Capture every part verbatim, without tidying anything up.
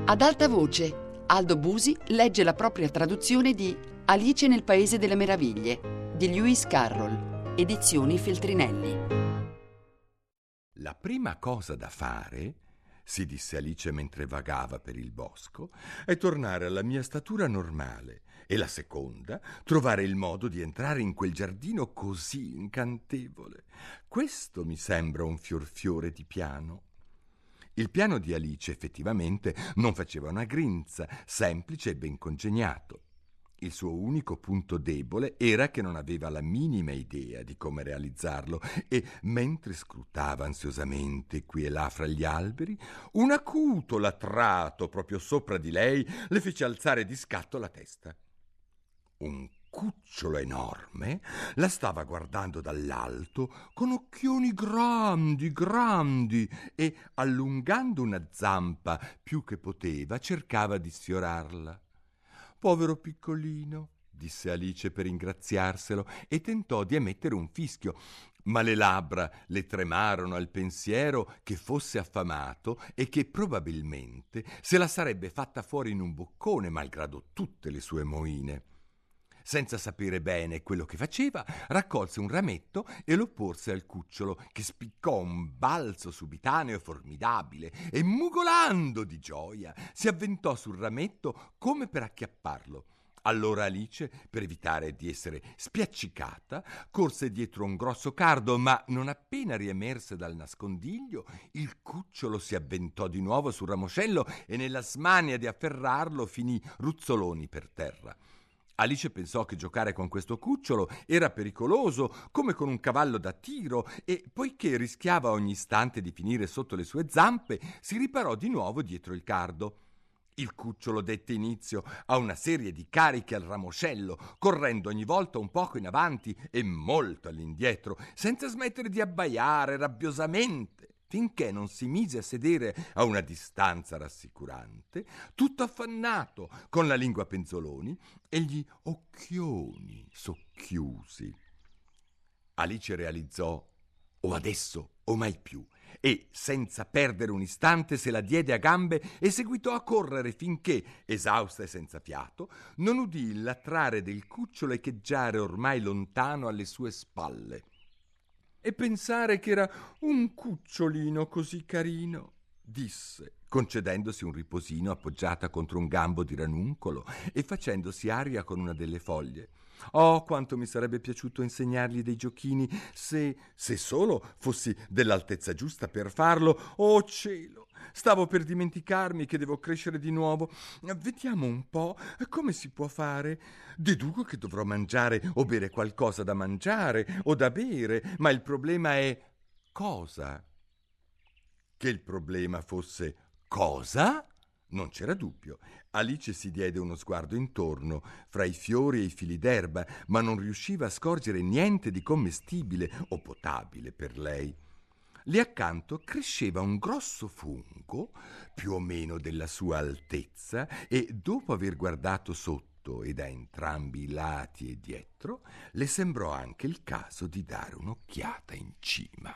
Ad alta voce, Aldo Busi legge la propria traduzione di Alice nel Paese delle Meraviglie di Lewis Carroll, edizioni Feltrinelli. La prima cosa da fare, si disse Alice mentre vagava per il bosco, è tornare alla mia statura normale, e la seconda, trovare il modo di entrare in quel giardino così incantevole. Questo mi sembra un fior fiore di piano. Il piano di Alice effettivamente non faceva una grinza, semplice e ben congegnato. Il suo unico punto debole era che non aveva la minima idea di come realizzarlo e, mentre scrutava ansiosamente qui e là fra gli alberi, un acuto latrato proprio sopra di lei le fece alzare di scatto la testa. Un cucciolo enorme la stava guardando dall'alto con occhioni grandi, grandi e, allungando una zampa più che poteva, cercava di sfiorarla. «Povero piccolino», disse Alice per ringraziarselo e tentò di emettere un fischio, ma le labbra le tremarono al pensiero che fosse affamato e che probabilmente se la sarebbe fatta fuori in un boccone malgrado tutte le sue moine. Senza sapere bene quello che faceva, raccolse un rametto e lo porse al cucciolo, che spiccò un balzo subitaneo formidabile e, mugolando di gioia, si avventò sul rametto come per acchiapparlo. Allora Alice, per evitare di essere spiaccicata, corse dietro un grosso cardo, ma non appena riemerse dal nascondiglio, il cucciolo si avventò di nuovo sul ramoscello e, nella smania di afferrarlo, finì ruzzoloni per terra. Alice pensò che giocare con questo cucciolo era pericoloso, come con un cavallo da tiro, e poiché rischiava ogni istante di finire sotto le sue zampe, si riparò di nuovo dietro il cardo. Il cucciolo dette inizio a una serie di cariche al ramoscello, correndo ogni volta un poco in avanti e molto all'indietro, senza smettere di abbaiare rabbiosamente, finché non si mise a sedere a una distanza rassicurante, tutto affannato, con la lingua a penzoloni e gli occhioni socchiusi. Alice realizzò «o adesso o mai più» e, senza perdere un istante, se la diede a gambe e seguitò a correre finché, esausta e senza fiato, non udì il latrare del cucciolo echeggiare ormai lontano alle sue spalle. «E pensare che era un cucciolino così carino», disse, concedendosi un riposino appoggiata contro un gambo di ranuncolo e facendosi aria con una delle foglie. «Oh, quanto mi sarebbe piaciuto insegnargli dei giochini, se, se solo fossi dell'altezza giusta per farlo. Oh cielo, stavo per dimenticarmi che devo crescere di nuovo. Vediamo un po' come si può fare. Deduco che dovrò mangiare o bere qualcosa da mangiare o da bere, ma il problema è cosa?» Che il problema fosse cosa? Non c'era dubbio. Alice si diede uno sguardo intorno, fra i fiori e i fili d'erba, ma non riusciva a scorgere niente di commestibile o potabile per lei. Lì accanto cresceva un grosso fungo, più o meno della sua altezza, e dopo aver guardato sotto e da entrambi i lati e dietro, le sembrò anche il caso di dare un'occhiata in cima.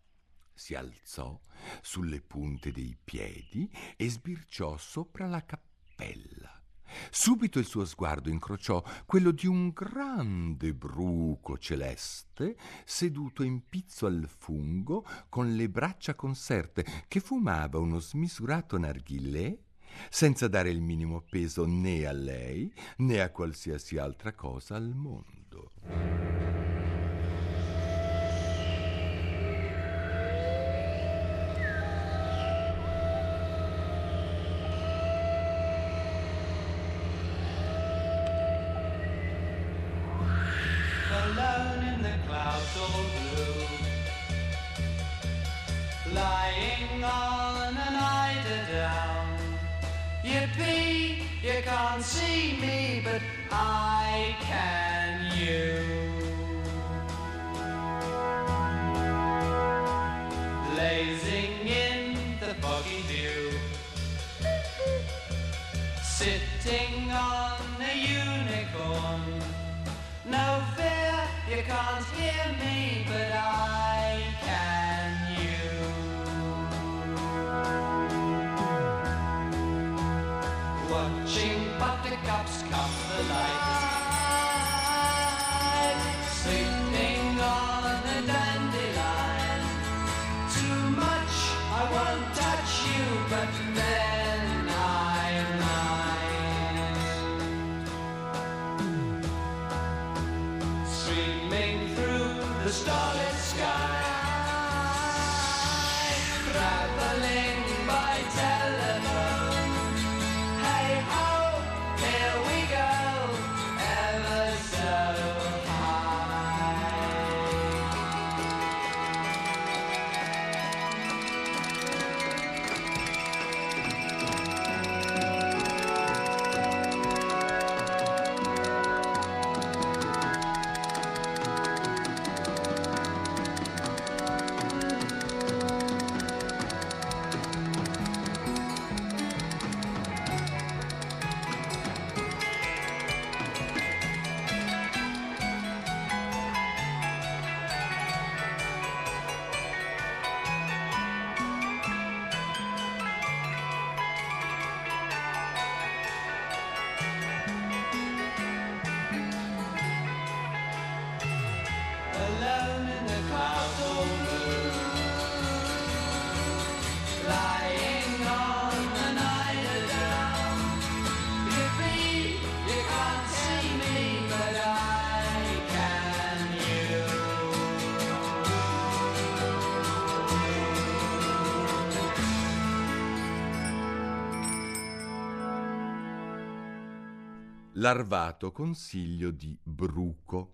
Si alzò sulle punte dei piedi e sbirciò sopra la cappella. Subito il suo sguardo incrociò quello di un grande bruco celeste seduto in pizzo al fungo con le braccia conserte, che fumava uno smisurato narghilè senza dare il minimo peso né a lei né a qualsiasi altra cosa al mondo. Alone in the clouds all blue, lying on an eiderdown. Yippee, you can't see me, but I can you. Blazing in the foggy dew, sitting on a unicorn. No fear, you can't hear me, but I can you. starlit sky, traveling by telephone. Hey ho, here we go, ever so high. Alone in the castle room, lying on an eiderdown. Yippee, you can't see me, but I can you. Larvato consiglio di Bruco.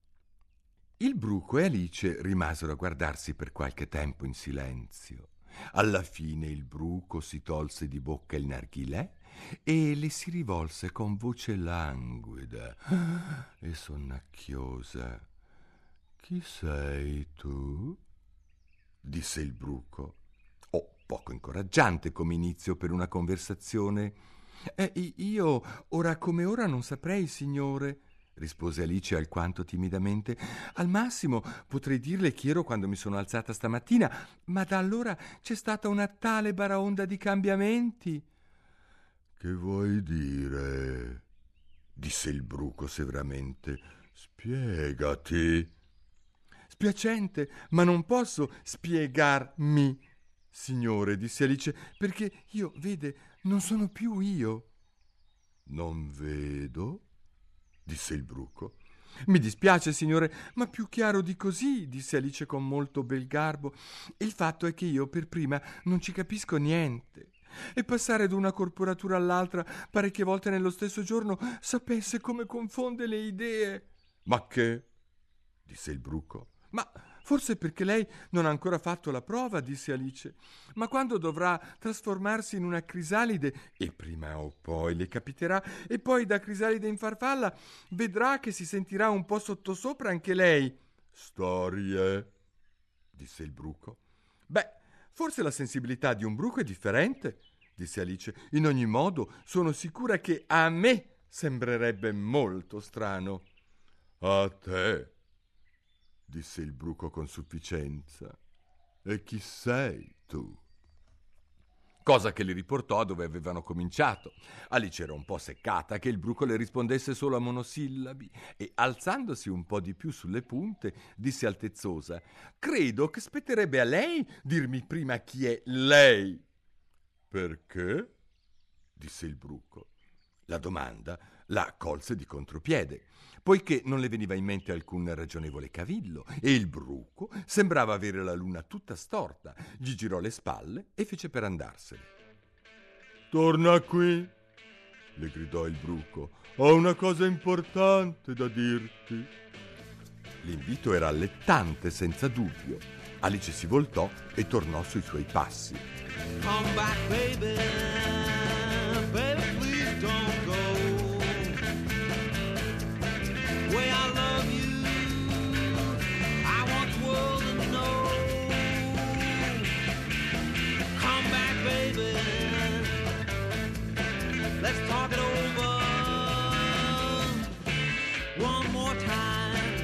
Il Bruco e Alice rimasero a guardarsi per qualche tempo in silenzio. Alla fine il Bruco si tolse di bocca il narghilè e le si rivolse con voce languida e sonnacchiosa. «Chi sei tu?» disse il Bruco. Oh, poco incoraggiante come inizio per una conversazione. Eh, io, ora come ora, non saprei, signore, rispose Alice alquanto timidamente. Al massimo potrei dirle chi ero quando mi sono alzata stamattina, ma da allora c'è stata una tale baraonda di cambiamenti. Che vuoi dire? Disse il Bruco severamente. Spiegati. Spiacente, ma non posso spiegarmi, signore, disse Alice, perché io, vede, non sono più io. Non vedo, disse il Bruco. Mi dispiace, signore, ma più chiaro di così, disse Alice con molto bel garbo. Il fatto è che io per prima non ci capisco niente. E passare da una corporatura all'altra parecchie volte nello stesso giorno, sapesse come confonde le idee. Ma che? Disse il Bruco. Ma forse perché lei non ha ancora fatto la prova, disse Alice. Ma quando dovrà trasformarsi in una crisalide, e prima o poi le capiterà, e poi da crisalide in farfalla, vedrà che si sentirà un po' sottosopra anche lei. Storie, disse il Bruco. Beh, forse la sensibilità di un bruco è differente, disse Alice. In ogni modo, sono sicura che a me sembrerebbe molto strano. A te, disse il Bruco con sufficienza. E chi sei tu? Cosa che li riportò a dove avevano cominciato. Alice era un po' seccata che il Bruco le rispondesse solo a monosillabi e, alzandosi un po' di più sulle punte, disse altezzosa: credo che spetterebbe a lei dirmi prima chi è lei. Perché? Disse il Bruco. La domanda la colse di contropiede, poiché non le veniva in mente alcun ragionevole cavillo, e il Bruco sembrava avere la luna tutta storta. Gli girò le spalle e fece per andarsene. Torna qui, le gridò il Bruco. Ho una cosa importante da dirti. L'invito era allettante, senza dubbio. Alice si voltò e tornò sui suoi passi. Come back, baby, baby, please don't go. Way I love you, I want the world to know. Come back, baby, let's talk it over one more time.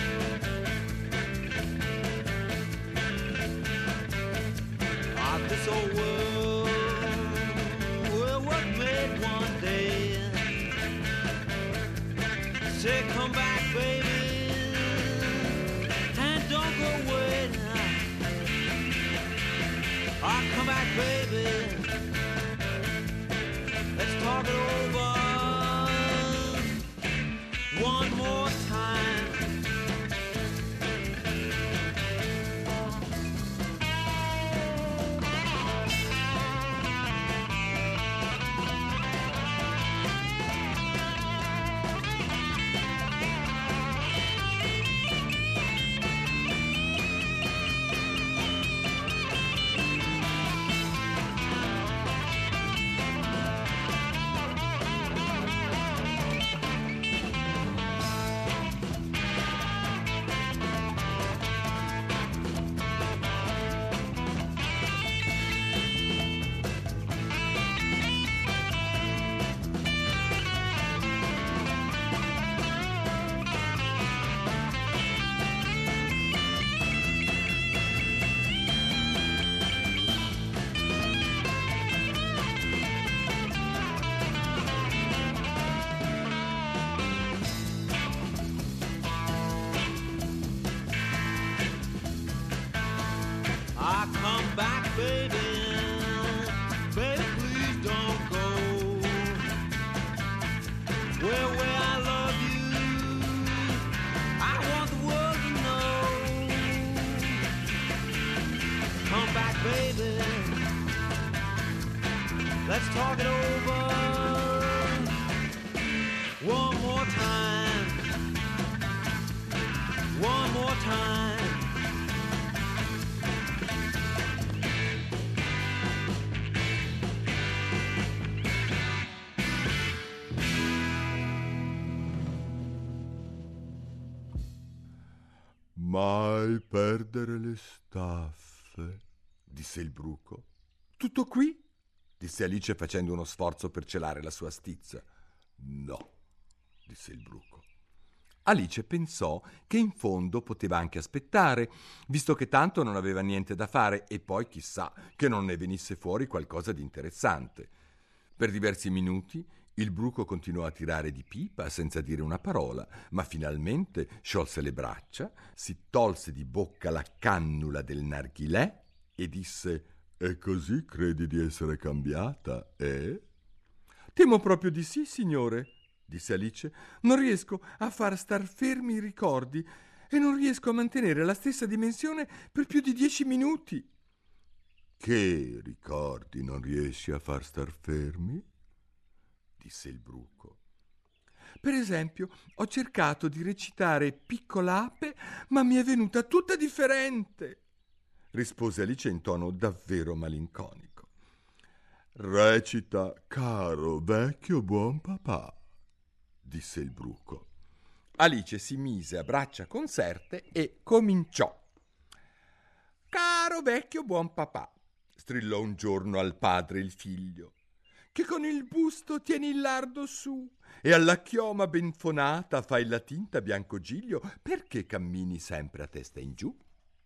Ah, this old world, well, what made one day? Say, come back, baby, and don't go away now. Ah, come back, baby, let's talk it over one more time. baby. Baby, please don't go. Well, where I love you, I want the world to know. Come back, baby. Let's talk it over one more time. One more time. Mai perdere le staffe, disse il bruco. Tutto qui? Disse Alice facendo uno sforzo per celare la sua stizza. No, disse il bruco. Alice pensò che in fondo poteva anche aspettare, visto che tanto non aveva niente da fare, e poi chissà che non ne venisse fuori qualcosa di interessante. Per diversi minuti il bruco continuò a tirare di pipa senza dire una parola, ma finalmente sciolse le braccia, si tolse di bocca la cannula del narghilè e disse: «E così credi di essere cambiata, eh?» «Temo proprio di sì, signore», disse Alice. «Non riesco a far star fermi i ricordi e non riesco a mantenere la stessa dimensione per più di dieci minuti». «Che ricordi non riesci a far star fermi?» disse il bruco. «Per esempio, ho cercato di recitare Piccola Ape, ma mi è venuta tutta differente», rispose Alice in tono davvero malinconico. «Recita Caro vecchio buon papà», disse il bruco. Alice si mise a braccia conserte e cominciò. «Caro vecchio buon papà», strillò un giorno al padre il figlio, «che con il busto tieni il lardo su e alla chioma benfonata fai la tinta biancogiglio, perché cammini sempre a testa in giù?»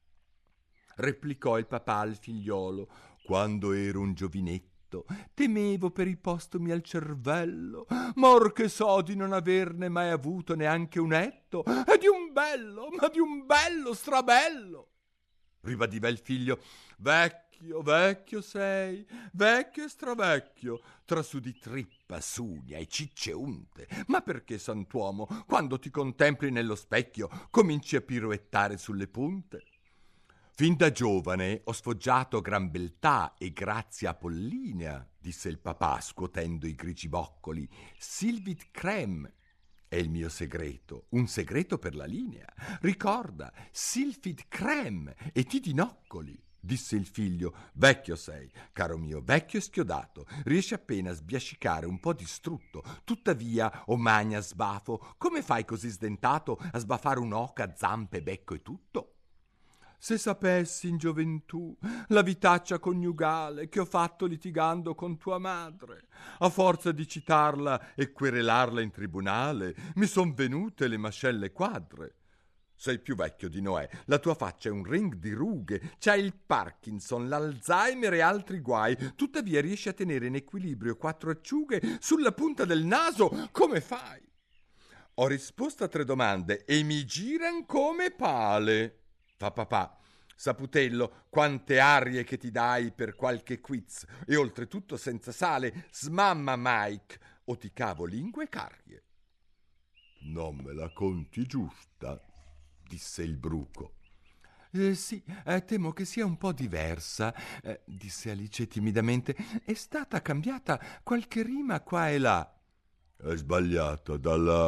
Replicò il papà al figliolo: «Quando ero un giovinetto temevo per i postumi al cervello, mor che so di non averne mai avuto neanche un etto, e di un bello, ma di un bello strabello!» Ribadiva il figlio: «Vecchio, vecchio sei, vecchio e stravecchio, tra su di trippa, sugna e cicce unte, ma perché, sant'uomo, quando ti contempli nello specchio cominci a piroettare sulle punte? Fin da giovane ho sfoggiato gran beltà e grazia apollinea», disse il papà scuotendo i grigi boccoli. «Sylvit creme è il mio segreto, un segreto per la linea. Ricorda, Sylphid creme e ti dinoccoli», disse il figlio. «Vecchio sei, caro mio, vecchio e schiodato, riesci appena a sbiascicare un po' di strutto, tuttavia, o magna sbafo, come fai così sdentato a sbafare un'oca, zampe, becco e tutto? Se sapessi in gioventù la vitaccia coniugale che ho fatto litigando con tua madre, a forza di citarla e querelarla in tribunale, mi son venute le mascelle quadre. Sei più vecchio di Noè, la tua faccia è un ring di rughe, c'hai il Parkinson, l'Alzheimer e altri guai, tuttavia riesci a tenere in equilibrio quattro acciughe sulla punta del naso, come fai? Ho risposto a tre domande e mi giran come pale», fa papà. «Saputello, quante arie che ti dai per qualche quiz, e oltretutto senza sale, smamma Mike, o ti cavo lingue e carie». «Non me la conti giusta?» disse il bruco. Eh, sì, eh, temo che sia un po' diversa, eh, disse Alice timidamente. «È stata cambiata qualche rima qua e là». «È sbagliata dalla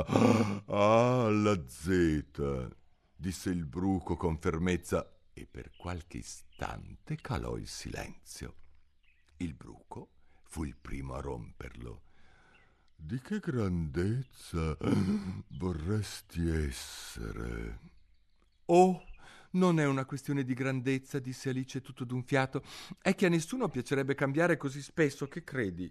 A alla Z», disse il bruco con fermezza, e per qualche istante calò il silenzio. Il bruco fu il primo a romperlo. «Di che grandezza vorresti essere?» «Oh, non è una questione di grandezza», disse Alice tutto d'un fiato. «È che a nessuno piacerebbe cambiare così spesso, che credi?»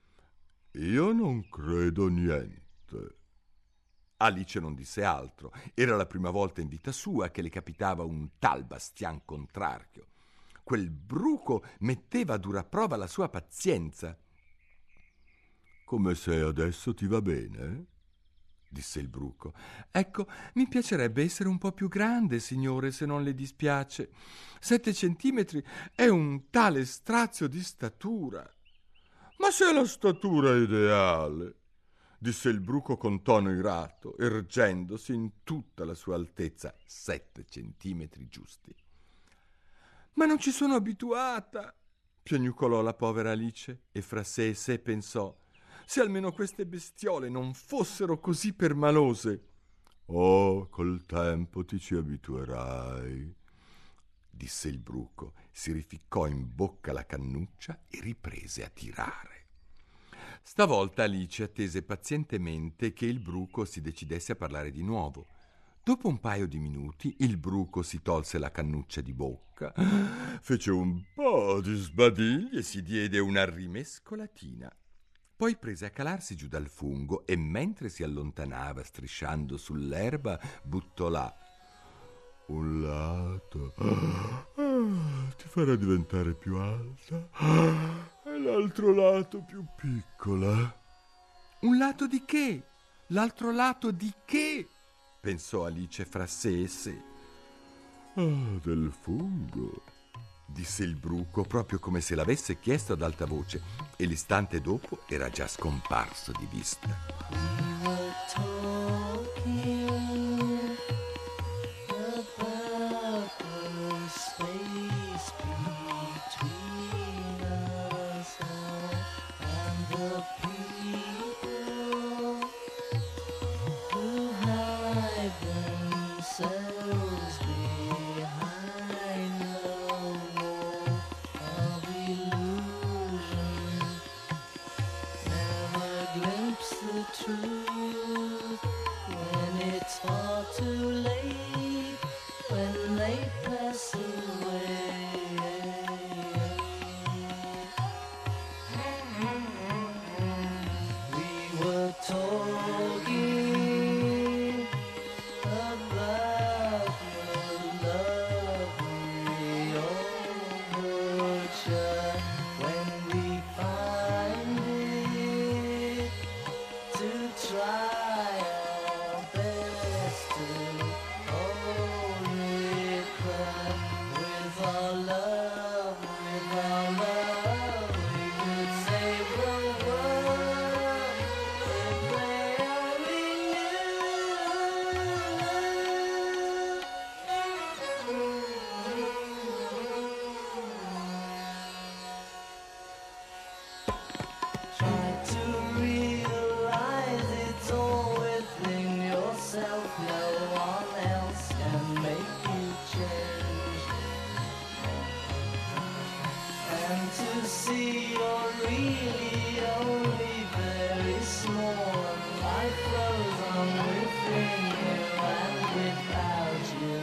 «Io non credo niente». Alice non disse altro. Era la prima volta in vita sua che le capitava un tal bastian contrario. Quel bruco metteva a dura prova la sua pazienza. «Come sei adesso ti va bene?» disse il bruco. Ecco, mi piacerebbe essere un po' più grande, signore, se non le dispiace. Sette centimetri è un tale strazio di statura. Ma se è la statura ideale, disse il bruco con tono irato, ergendosi in tutta la sua altezza, sette centimetri giusti. Ma non ci sono abituata, piagnucolò la povera Alice, e fra sé e sé pensò: se almeno queste bestiole non fossero così permalose. Oh, col tempo ti ci abituerai, disse il bruco, si rificcò in bocca la cannuccia e riprese a tirare. Stavolta Alice attese pazientemente che il bruco si decidesse a parlare di nuovo. Dopo un paio di minuti il bruco si tolse la cannuccia di bocca, fece un po' di sbadigli e si diede una rimescolatina. Poi prese a calarsi giù dal fungo e mentre si allontanava strisciando sull'erba buttò là: un lato ah, ti farà diventare più alta e l'altro lato più piccola. Un lato di che? L'altro lato di che? Pensò Alice fra sé e sé. Ah, del fungo, disse il bruco proprio come se l'avesse chiesto ad alta voce, e l'istante dopo era già scomparso di vista. We were talking about the space between us and the people who hide themselves behind the wall of illusion. Never glimpse the truth when it's far too late, when they pass away. We were talking about the lovely overture when we find it, to try our best to hold it back. With our love, with our love, we could save the world if they only Try to realize it's all within yourself. No one else can make you change. And to see you're really only very small, and life flows on within you and without you.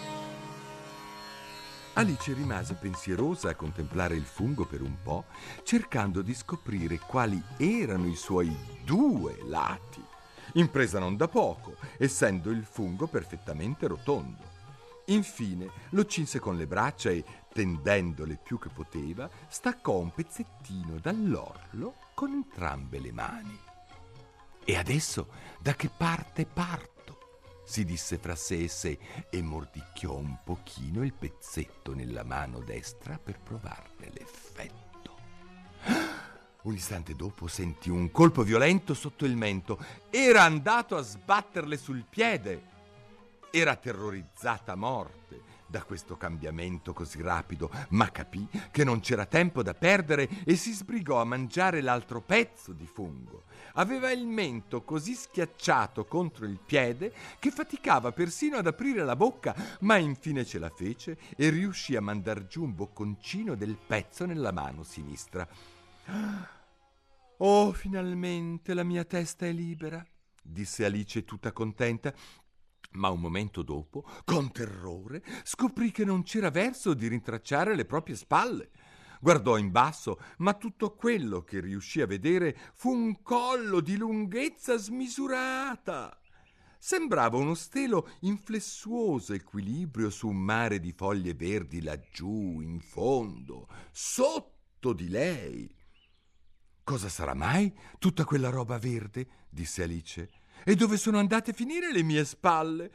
Alice rimase pensierosa a contemplare il fungo per un po', cercando di scoprire quali erano i suoi due lati, impresa non da poco, essendo il fungo perfettamente rotondo. Infine lo cinse con le braccia e, tendendole più che poteva, staccò un pezzettino dall'orlo con entrambe le mani. E adesso da che parte parto? Si disse fra sé e sé e mordicchiò un pochino il pezzetto nella mano destra per provarne l'effetto. Un istante dopo sentì un colpo violento sotto il mento. Era andato a sbatterle sul piede. Era terrorizzata a morte da questo cambiamento così rapido, ma capì che non c'era tempo da perdere e si sbrigò a mangiare l'altro pezzo di fungo. Aveva il mento così schiacciato contro il piede che faticava persino ad aprire la bocca, ma infine ce la fece e riuscì a mandar giù un bocconcino del pezzo nella mano sinistra. «Oh, finalmente la mia testa è libera», disse Alice tutta contenta. Ma un momento dopo, con terrore, scoprì che non c'era verso di rintracciare le proprie spalle. Guardò in basso, ma tutto quello che riuscì a vedere fu un collo di lunghezza smisurata. Sembrava uno stelo in flessuoso equilibrio su un mare di foglie verdi laggiù, in fondo, sotto di lei. «Cosa sarà mai tutta quella roba verde?» disse Alice. E dove sono andate a finire le mie spalle?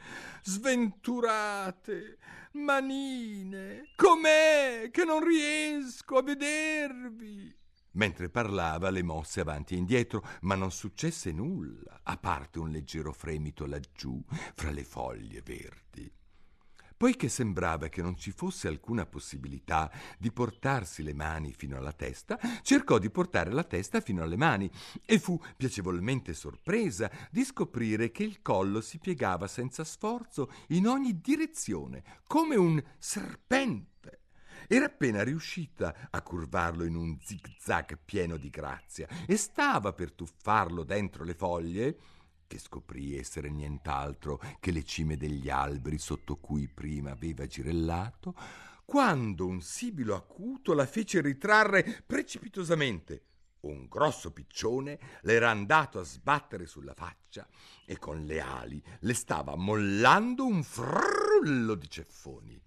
Sventurate, manine, com'è che non riesco a vedervi? Mentre parlava le mosse avanti e indietro, ma non successe nulla, a parte un leggero fremito laggiù fra le foglie verdi. Poiché sembrava che non ci fosse alcuna possibilità di portarsi le mani fino alla testa, cercò di portare la testa fino alle mani e fu piacevolmente sorpresa di scoprire che il collo si piegava senza sforzo in ogni direzione, come un serpente. Era appena riuscita a curvarlo in un zig-zag pieno di grazia e stava per tuffarlo dentro le foglie, che scoprì essere nient'altro che le cime degli alberi sotto cui prima aveva girellato, quando un sibilo acuto la fece ritrarre precipitosamente. Un grosso piccione le era andato a sbattere sulla faccia e con le ali le stava mollando un frullo di ceffoni.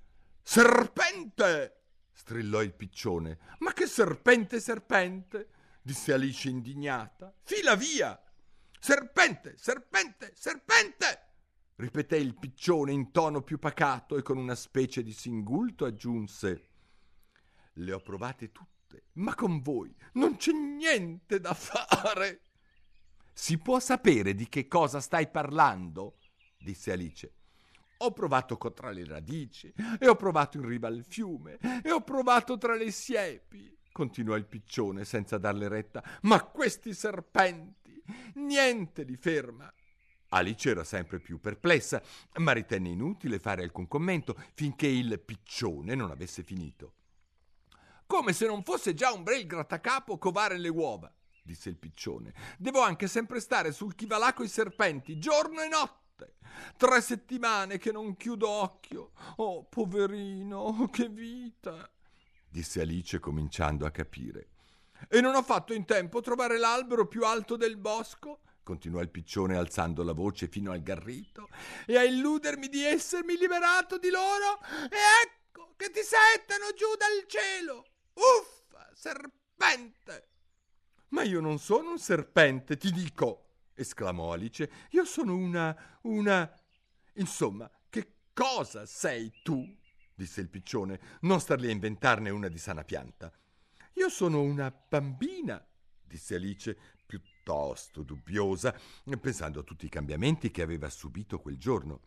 «Serpente!» strillò il piccione. «Ma che serpente, serpente?» disse Alice indignata. «Fila via!» «Serpente, serpente, serpente!» ripeté il piccione in tono più pacato e con una specie di singulto aggiunse: «Le ho provate tutte, ma con voi non c'è niente da fare!» «Si può sapere di che cosa stai parlando?» disse Alice. «Ho provato tra le radici, e ho provato in riva al fiume, e ho provato tra le siepi», continuò il piccione senza darle retta, «ma questi serpenti niente li ferma!» Alice era sempre più perplessa, ma ritenne inutile fare alcun commento finché il piccione non avesse finito. «Come se non fosse già un bel grattacapo covare le uova», disse il piccione. «Devo anche sempre stare sul chi va là coi serpenti, giorno e notte. Tre settimane che non chiudo occhio. Oh, poverino, che vita!» disse Alice, cominciando a capire. «E non ho fatto in tempo a trovare l'albero più alto del bosco», continuò il piccione alzando la voce fino al garrito, «e a illudermi di essermi liberato di loro, e ecco che ti settano giù dal cielo. Uffa, serpente!» «Ma io non sono un serpente, ti dico», esclamò Alice. «Io sono una... una... Insomma, che cosa sei tu?» disse il piccione. «Non star lì a inventarne una di sana pianta». «Io sono una bambina», disse Alice, piuttosto dubbiosa, pensando a tutti i cambiamenti che aveva subito quel giorno.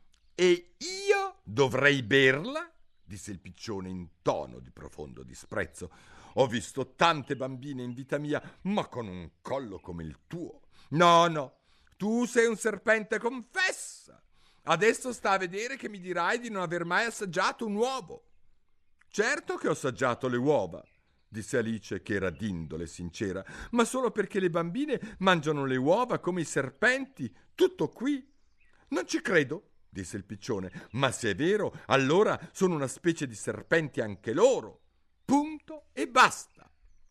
«E io dovrei berla?» disse il piccione in tono di profondo disprezzo. «Ho visto tante bambine in vita mia, ma con un collo come il tuo. No, no, tu sei un serpente, confessa. Adesso sta a vedere che mi dirai di non aver mai assaggiato un uovo». «Certo che ho assaggiato le uova», disse Alice, che era d'indole sincera, «ma solo perché le bambine mangiano le uova come i serpenti, tutto qui». «Non ci credo», disse il piccione, «ma se è vero, allora sono una specie di serpenti anche loro. Punto e basta».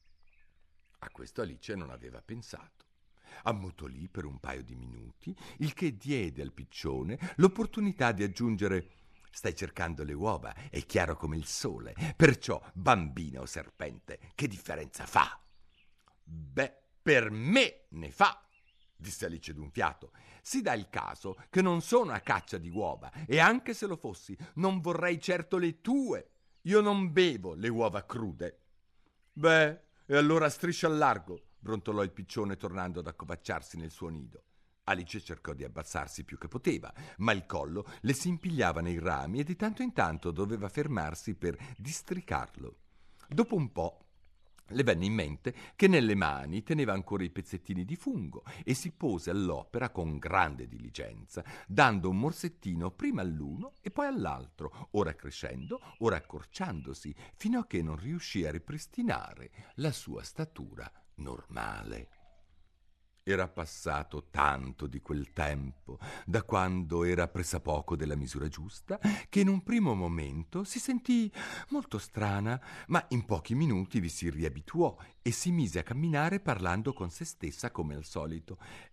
A questo Alice non aveva pensato. Ammutolì per un paio di minuti, il che diede al piccione l'opportunità di aggiungere: «Stai cercando le uova, è chiaro come il sole, perciò, bambina o serpente, che differenza fa?» «Beh, per me ne fa», disse Alice d'un fiato. «Si dà il caso che non sono a caccia di uova, e anche se lo fossi, non vorrei certo le tue. Io non bevo le uova crude». «Beh, e allora striscia al largo», brontolò il piccione tornando ad accovacciarsi nel suo nido. Alice cercò di abbassarsi più che poteva, ma il collo le si impigliava nei rami e di tanto in tanto doveva fermarsi per districarlo. Dopo un po' le venne in mente che nelle mani teneva ancora i pezzettini di fungo e si pose all'opera con grande diligenza, dando un morsettino prima all'uno e poi all'altro, ora crescendo, ora accorciandosi, fino a che non riuscì a ripristinare la sua statura normale. Era passato tanto di quel tempo, da quando era pressappoco della misura giusta, che in un primo momento si sentì molto strana, ma in pochi minuti vi si riabituò e si mise a camminare parlando con se stessa come al solito.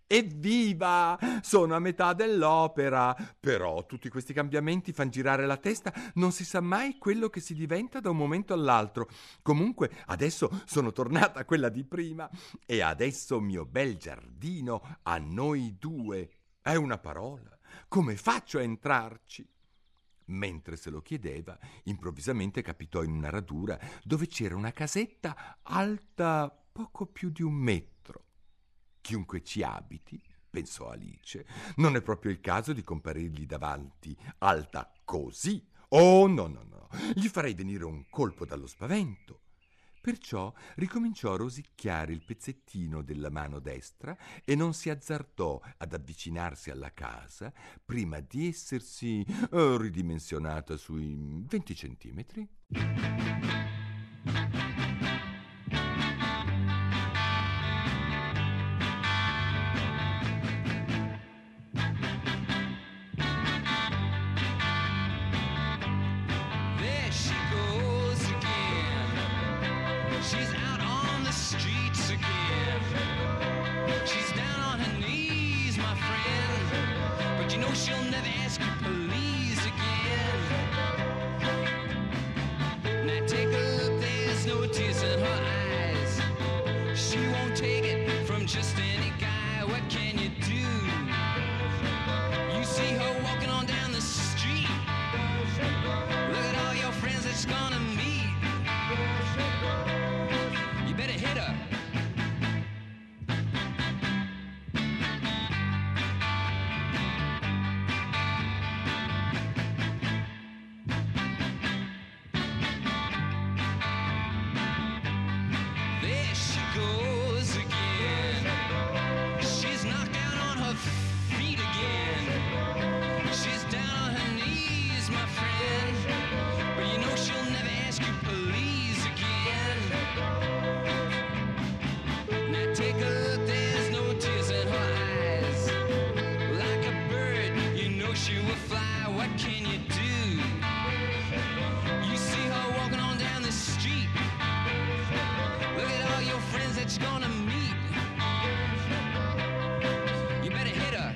Evviva! Sono a metà dell'opera. Però tutti questi cambiamenti fan girare la testa, non si sa mai quello che si diventa da un momento all'altro. Comunque, adesso sono tornata quella di prima. E adesso, mio bel giardino, a noi due. È una parola. Come faccio a entrarci? Mentre se lo chiedeva, improvvisamente capitò in una radura dove c'era una casetta alta poco più di un metro. Chiunque ci abiti, pensò Alice, non è proprio il caso di comparirgli davanti alta così. Oh no, no, no, gli farei venire un colpo dallo spavento. Perciò ricominciò a rosicchiare il pezzettino della mano destra e non si azzardò ad avvicinarsi alla casa prima di essersi eh, ridimensionata sui venti centimetri. She's out on the streets again. She's down on her knees, my friend. But you know she'll never ask you please again. Now take a look, there's no tears in her eyes. She won't take it from just any guy. What can you do? You see her walking on down the street. Look at all your friends that she's gonna meet. You better hit her. There she goes again. She's knocked down on her feet again. She's down on her knees, my friend. But you know she'll never ask you please again. Now take a look, there's no tears in her eyes. Like a bird, you know she will fly. What can you do? You see her walking on down the street. Look at all your friends that you're gonna meet. You better hit her.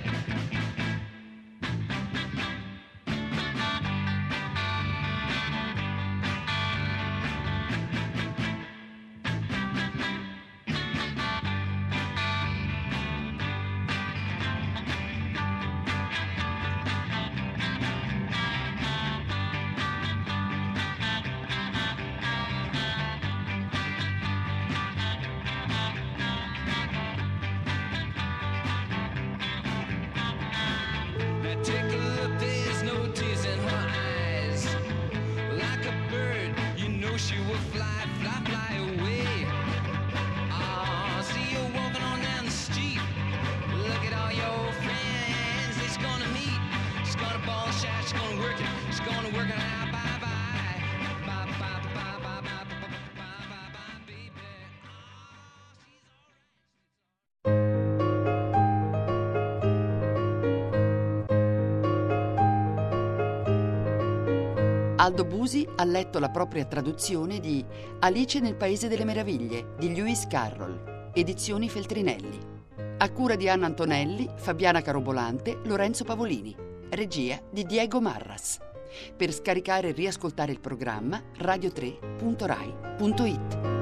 Now take a look, there's no tears in her eyes. Like a bird, you know she will fly, fly, fly away. Ah, see you walking on down the street. Look at all your friends that she's gonna meet. She's gonna ball and shout, she's gonna work it, she's gonna work it out. Bye bye, bye bye bye bye bye bye bye bye bye, baby. Aldo Busi ha letto la propria traduzione di Alice nel Paese delle Meraviglie di Lewis Carroll, edizioni Feltrinelli. A cura di Anna Antonelli, Fabiana Carobolante, Lorenzo Pavolini. Regia di Diego Marras. Per scaricare e riascoltare il programma radio tre punto rai punto it.